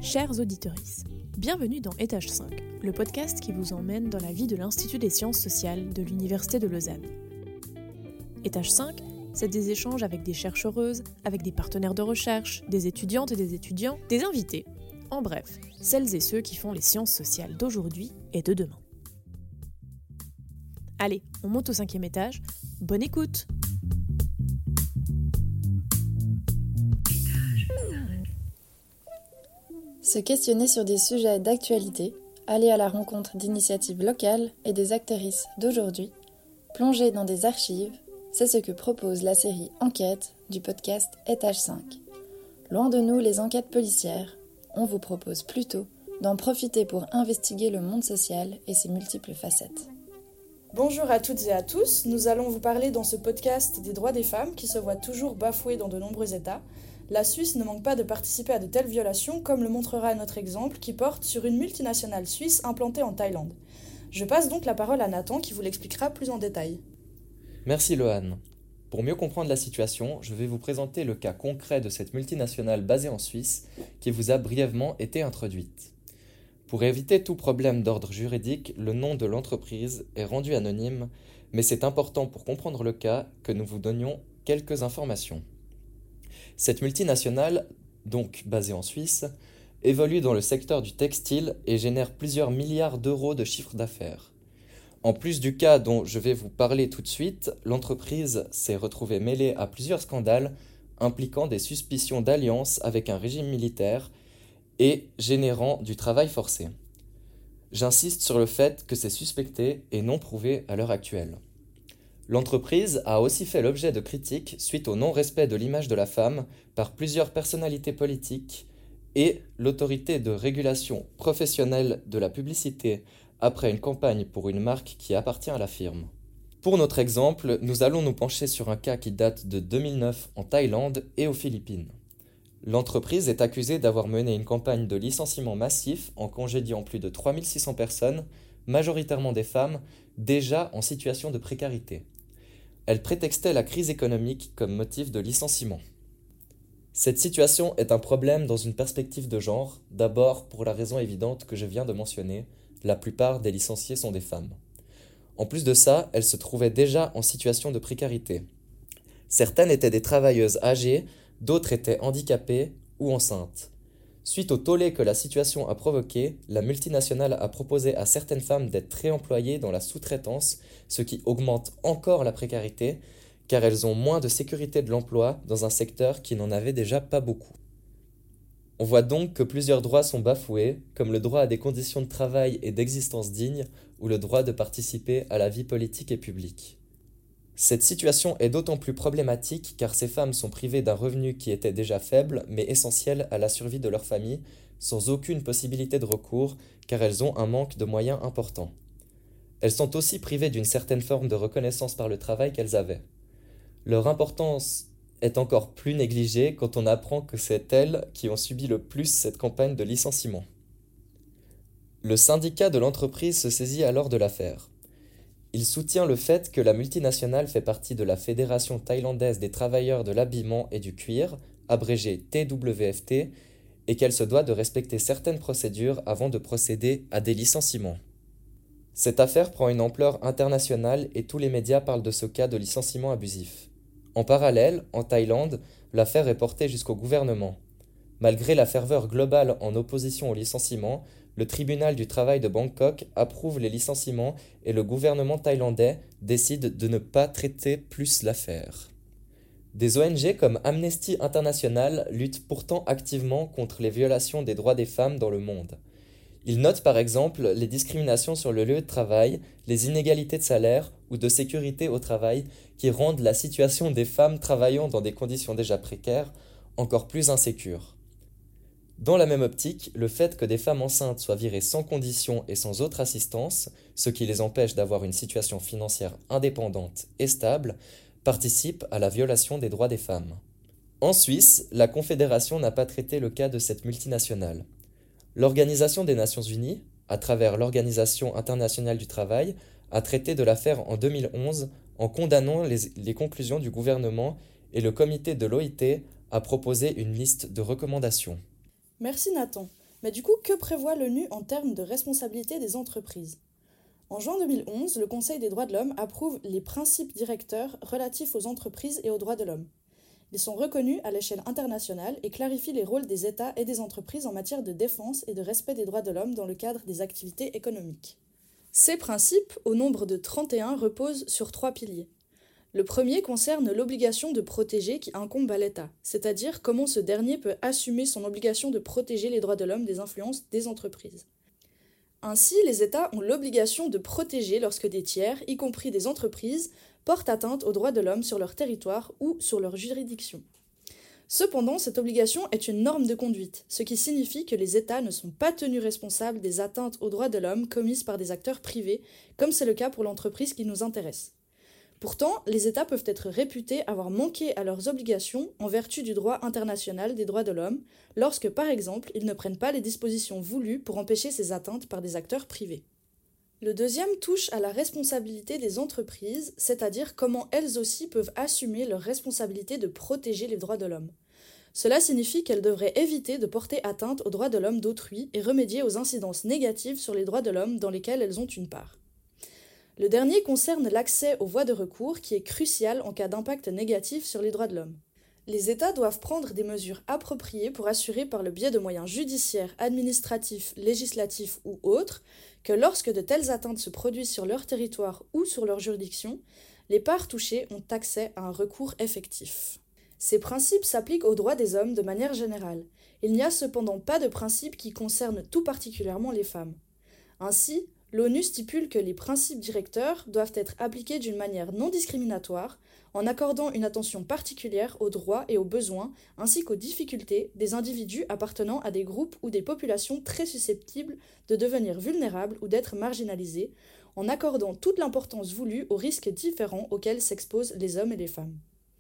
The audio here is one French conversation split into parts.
Chers auditrices, bienvenue dans Étage 5, le podcast qui vous emmène dans la vie de l'Institut des sciences sociales de l'Université de Lausanne. Étage 5, c'est des échanges avec des chercheuses, avec des partenaires de recherche, des étudiantes et des étudiants, des invités. En bref, celles et ceux qui font les sciences sociales d'aujourd'hui et de demain. Allez, on monte au 5e étage. Bonne écoute! Se questionner sur des sujets d'actualité, aller à la rencontre d'initiatives locales et des actrices d'aujourd'hui, plonger dans des archives, c'est ce que propose la série Enquête du podcast Étage 5. Loin de nous les enquêtes policières, on vous propose plutôt d'en profiter pour investiguer le monde social et ses multiples facettes. Bonjour à toutes et à tous, nous allons vous parler dans ce podcast des droits des femmes qui se voient toujours bafoués dans de nombreux États. La Suisse ne manque pas de participer à de telles violations, comme le montrera notre exemple qui porte sur une multinationale suisse implantée en Thaïlande. Je passe donc la parole à Nathan qui vous l'expliquera plus en détail. Merci Lohan. Pour mieux comprendre la situation, je vais vous présenter le cas concret de cette multinationale basée en Suisse qui vous a brièvement été introduite. Pour éviter tout problème d'ordre juridique, le nom de l'entreprise est rendu anonyme, mais c'est important pour comprendre le cas que nous vous donnions quelques informations. Cette multinationale, donc basée en Suisse, évolue dans le secteur du textile et génère plusieurs milliards d'euros de chiffre d'affaires. En plus du cas dont je vais vous parler tout de suite, l'entreprise s'est retrouvée mêlée à plusieurs scandales impliquant des suspicions d'alliance avec un régime militaire et générant du travail forcé. J'insiste sur le fait que c'est suspecté et non prouvé à l'heure actuelle. L'entreprise a aussi fait l'objet de critiques suite au non-respect de l'image de la femme par plusieurs personnalités politiques et l'autorité de régulation professionnelle de la publicité après une campagne pour une marque qui appartient à la firme. Pour notre exemple, nous allons nous pencher sur un cas qui date de 2009 en Thaïlande et aux Philippines. L'entreprise est accusée d'avoir mené une campagne de licenciement massif en congédiant plus de 3600 personnes, majoritairement des femmes, déjà en situation de précarité. Elle prétextait la crise économique comme motif de licenciement. Cette situation est un problème dans une perspective de genre, d'abord pour la raison évidente que je viens de mentionner, la plupart des licenciés sont des femmes. En plus de ça, elles se trouvaient déjà en situation de précarité. Certaines étaient des travailleuses âgées, d'autres étaient handicapées ou enceintes. Suite au tollé que la situation a provoqué, la multinationale a proposé à certaines femmes d'être réemployées dans la sous-traitance, ce qui augmente encore la précarité, car elles ont moins de sécurité de l'emploi dans un secteur qui n'en avait déjà pas beaucoup. On voit donc que plusieurs droits sont bafoués, comme le droit à des conditions de travail et d'existence dignes, ou le droit de participer à la vie politique et publique. Cette situation est d'autant plus problématique car ces femmes sont privées d'un revenu qui était déjà faible mais essentiel à la survie de leur famille, sans aucune possibilité de recours car elles ont un manque de moyens important. Elles sont aussi privées d'une certaine forme de reconnaissance par le travail qu'elles avaient. Leur importance est encore plus négligée quand on apprend que c'est elles qui ont subi le plus cette campagne de licenciement. Le syndicat de l'entreprise se saisit alors de l'affaire. Il soutient le fait que la multinationale fait partie de la Fédération thaïlandaise des travailleurs de l'habillement et du cuir, abrégée TWFT, et qu'elle se doit de respecter certaines procédures avant de procéder à des licenciements. Cette affaire prend une ampleur internationale et tous les médias parlent de ce cas de licenciement abusif. En parallèle, en Thaïlande, l'affaire est portée jusqu'au gouvernement. Malgré la ferveur globale en opposition au licenciement, le tribunal du travail de Bangkok approuve les licenciements et le gouvernement thaïlandais décide de ne pas traiter plus l'affaire. Des ONG comme Amnesty International luttent pourtant activement contre les violations des droits des femmes dans le monde. Ils notent par exemple les discriminations sur le lieu de travail, les inégalités de salaire ou de sécurité au travail qui rendent la situation des femmes travaillant dans des conditions déjà précaires encore plus insécures. Dans la même optique, le fait que des femmes enceintes soient virées sans condition et sans autre assistance, ce qui les empêche d'avoir une situation financière indépendante et stable, participe à la violation des droits des femmes. En Suisse, la Confédération n'a pas traité le cas de cette multinationale. L'Organisation des Nations Unies, à travers l'Organisation internationale du travail, a traité de l'affaire en 2011 en condamnant les conclusions du gouvernement et le comité de l'OIT a proposé une liste de recommandations. Merci Nathan. Mais du coup, que prévoit l'ONU en termes de responsabilité des entreprises ? En juin 2011, le Conseil des droits de l'homme approuve les principes directeurs relatifs aux entreprises et aux droits de l'homme. Ils sont reconnus à l'échelle internationale et clarifient les rôles des États et des entreprises en matière de défense et de respect des droits de l'homme dans le cadre des activités économiques. Ces principes, au nombre de 31, reposent sur 3 piliers. Le premier concerne l'obligation de protéger qui incombe à l'État, c'est-à-dire comment ce dernier peut assumer son obligation de protéger les droits de l'homme des influences des entreprises. Ainsi, les États ont l'obligation de protéger lorsque des tiers, y compris des entreprises, portent atteinte aux droits de l'homme sur leur territoire ou sur leur juridiction. Cependant, cette obligation est une norme de conduite, ce qui signifie que les États ne sont pas tenus responsables des atteintes aux droits de l'homme commises par des acteurs privés, comme c'est le cas pour l'entreprise qui nous intéresse. Pourtant, les États peuvent être réputés avoir manqué à leurs obligations en vertu du droit international des droits de l'homme, lorsque, par exemple, ils ne prennent pas les dispositions voulues pour empêcher ces atteintes par des acteurs privés. Le deuxième touche à la responsabilité des entreprises, c'est-à-dire comment elles aussi peuvent assumer leur responsabilité de protéger les droits de l'homme. Cela signifie qu'elles devraient éviter de porter atteinte aux droits de l'homme d'autrui et remédier aux incidences négatives sur les droits de l'homme dans lesquelles elles ont une part. Le dernier concerne l'accès aux voies de recours qui est crucial en cas d'impact négatif sur les droits de l'homme. Les États doivent prendre des mesures appropriées pour assurer par le biais de moyens judiciaires, administratifs, législatifs ou autres que lorsque de telles atteintes se produisent sur leur territoire ou sur leur juridiction, les parts touchées ont accès à un recours effectif. Ces principes s'appliquent aux droits des hommes de manière générale. Il n'y a cependant pas de principe qui concerne tout particulièrement les femmes. Ainsi, l'ONU stipule que les principes directeurs doivent être appliqués d'une manière non discriminatoire, en accordant une attention particulière aux droits et aux besoins, ainsi qu'aux difficultés des individus appartenant à des groupes ou des populations très susceptibles de devenir vulnérables ou d'être marginalisés, en accordant toute l'importance voulue aux risques différents auxquels s'exposent les hommes et les femmes.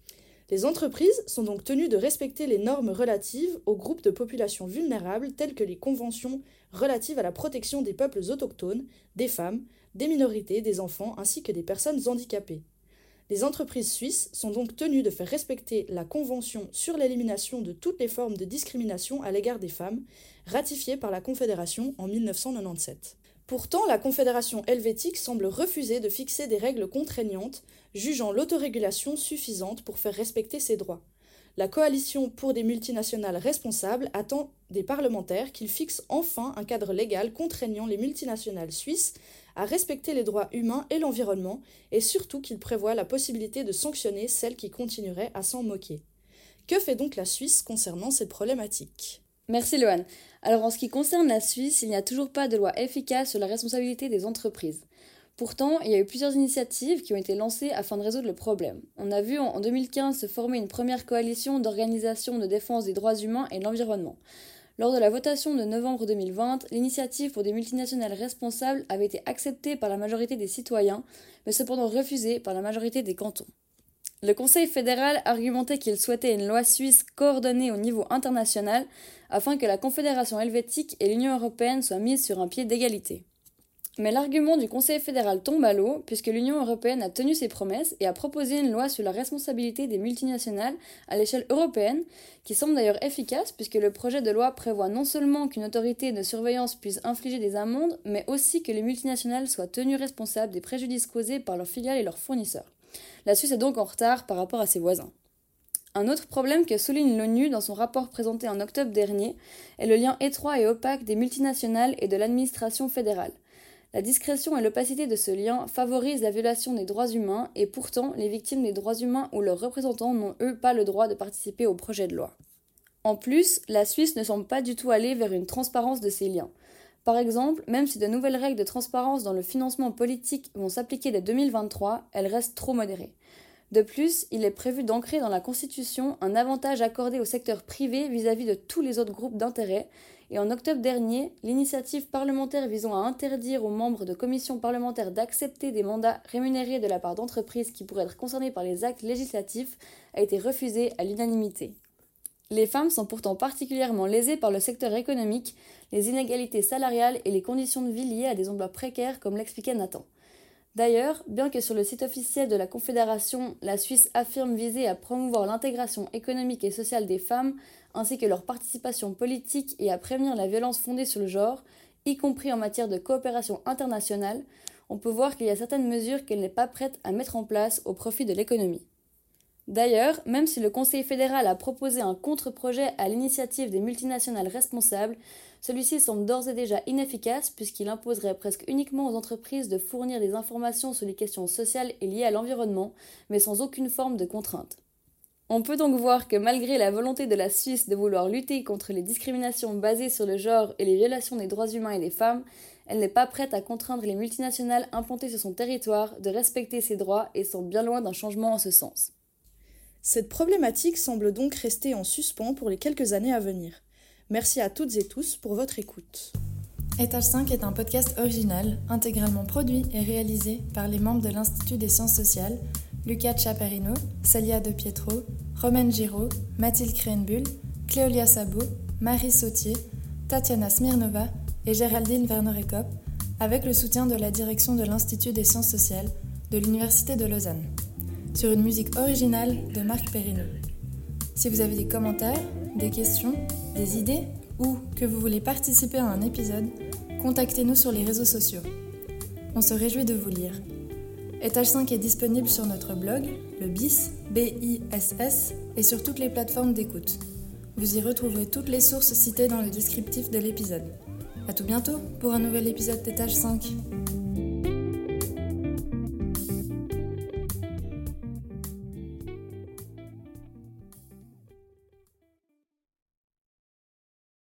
Les entreprises sont donc tenues de respecter les normes relatives aux groupes de populations vulnérables telles que les conventions relatives à la protection des peuples autochtones, des femmes, des minorités, des enfants ainsi que des personnes handicapées. Les entreprises suisses sont donc tenues de faire respecter la Convention sur l'élimination de toutes les formes de discrimination à l'égard des femmes, ratifiée par la Confédération en 1997. Pourtant, la Confédération helvétique semble refuser de fixer des règles contraignantes, jugeant l'autorégulation suffisante pour faire respecter ces droits. La Coalition pour des multinationales responsables attend des parlementaires qu'ils fixent enfin un cadre légal contraignant les multinationales suisses à respecter les droits humains et l'environnement, et surtout qu'ils prévoient la possibilité de sanctionner celles qui continueraient à s'en moquer. Que fait donc la Suisse concernant cette problématique ? Merci Loane. Alors en ce qui concerne la Suisse, il n'y a toujours pas de loi efficace sur la responsabilité des entreprises. Pourtant, il y a eu plusieurs initiatives qui ont été lancées afin de résoudre le problème. On a vu en 2015 se former une première coalition d'organisations de défense des droits humains et de l'environnement. Lors de la votation de novembre 2020, l'initiative pour des multinationales responsables avait été acceptée par la majorité des citoyens, mais cependant refusée par la majorité des cantons. Le Conseil fédéral argumentait qu'il souhaitait une loi suisse coordonnée au niveau international afin que la Confédération helvétique et l'Union européenne soient mises sur un pied d'égalité. Mais l'argument du Conseil fédéral tombe à l'eau puisque l'Union européenne a tenu ses promesses et a proposé une loi sur la responsabilité des multinationales à l'échelle européenne qui semble d'ailleurs efficace puisque le projet de loi prévoit non seulement qu'une autorité de surveillance puisse infliger des amendes, mais aussi que les multinationales soient tenues responsables des préjudices causés par leurs filiales et leurs fournisseurs. La Suisse est donc en retard par rapport à ses voisins. Un autre problème que souligne l'ONU dans son rapport présenté en octobre dernier est le lien étroit et opaque des multinationales et de l'administration fédérale. La discrétion et l'opacité de ce lien favorisent la violation des droits humains et pourtant les victimes des droits humains ou leurs représentants n'ont eux pas le droit de participer au projet de loi. En plus, la Suisse ne semble pas du tout aller vers une transparence de ces liens. Par exemple, même si de nouvelles règles de transparence dans le financement politique vont s'appliquer dès 2023, elles restent trop modérées. De plus, il est prévu d'ancrer dans la Constitution un avantage accordé au secteur privé vis-à-vis de tous les autres groupes d'intérêt, et en octobre dernier, l'initiative parlementaire visant à interdire aux membres de commissions parlementaires d'accepter des mandats rémunérés de la part d'entreprises qui pourraient être concernées par les actes législatifs a été refusée à l'unanimité. Les femmes sont pourtant particulièrement lésées par le secteur économique, les inégalités salariales et les conditions de vie liées à des emplois précaires comme l'expliquait Nathan. D'ailleurs, bien que sur le site officiel de la Confédération, la Suisse affirme viser à promouvoir l'intégration économique et sociale des femmes, ainsi que leur participation politique et à prévenir la violence fondée sur le genre, y compris en matière de coopération internationale, on peut voir qu'il y a certaines mesures qu'elle n'est pas prête à mettre en place au profit de l'économie. D'ailleurs, même si le Conseil fédéral a proposé un contre-projet à l'initiative des multinationales responsables, celui-ci semble d'ores et déjà inefficace puisqu'il imposerait presque uniquement aux entreprises de fournir des informations sur les questions sociales et liées à l'environnement, mais sans aucune forme de contrainte. On peut donc voir que malgré la volonté de la Suisse de vouloir lutter contre les discriminations basées sur le genre et les violations des droits humains et des femmes, elle n'est pas prête à contraindre les multinationales implantées sur son territoire de respecter ses droits et semble bien loin d'un changement en ce sens. Cette problématique semble donc rester en suspens pour les quelques années à venir. Merci à toutes et tous pour votre écoute. Étage 5 est un podcast original, intégralement produit et réalisé par les membres de l'Institut des sciences sociales, Lucas Chaparino, Célia De Pietro, Romaine Giraud, Mathilde Krenbull, Cléolia Sabot, Marie Sautier, Tatiana Smirnova et Géraldine Werner-Ekop, avec le soutien de la direction de l'Institut des sciences sociales de l'Université de Lausanne, sur une musique originale de Marc Perrineau. Si vous avez des commentaires, des questions, des idées ou que vous voulez participer à un épisode, contactez-nous sur les réseaux sociaux. On se réjouit de vous lire. Étage 5 est disponible sur notre blog, le BIS, B-I-S-S, et sur toutes les plateformes d'écoute. Vous y retrouverez toutes les sources citées dans le descriptif de l'épisode. À tout bientôt pour un nouvel épisode d'Étage 5.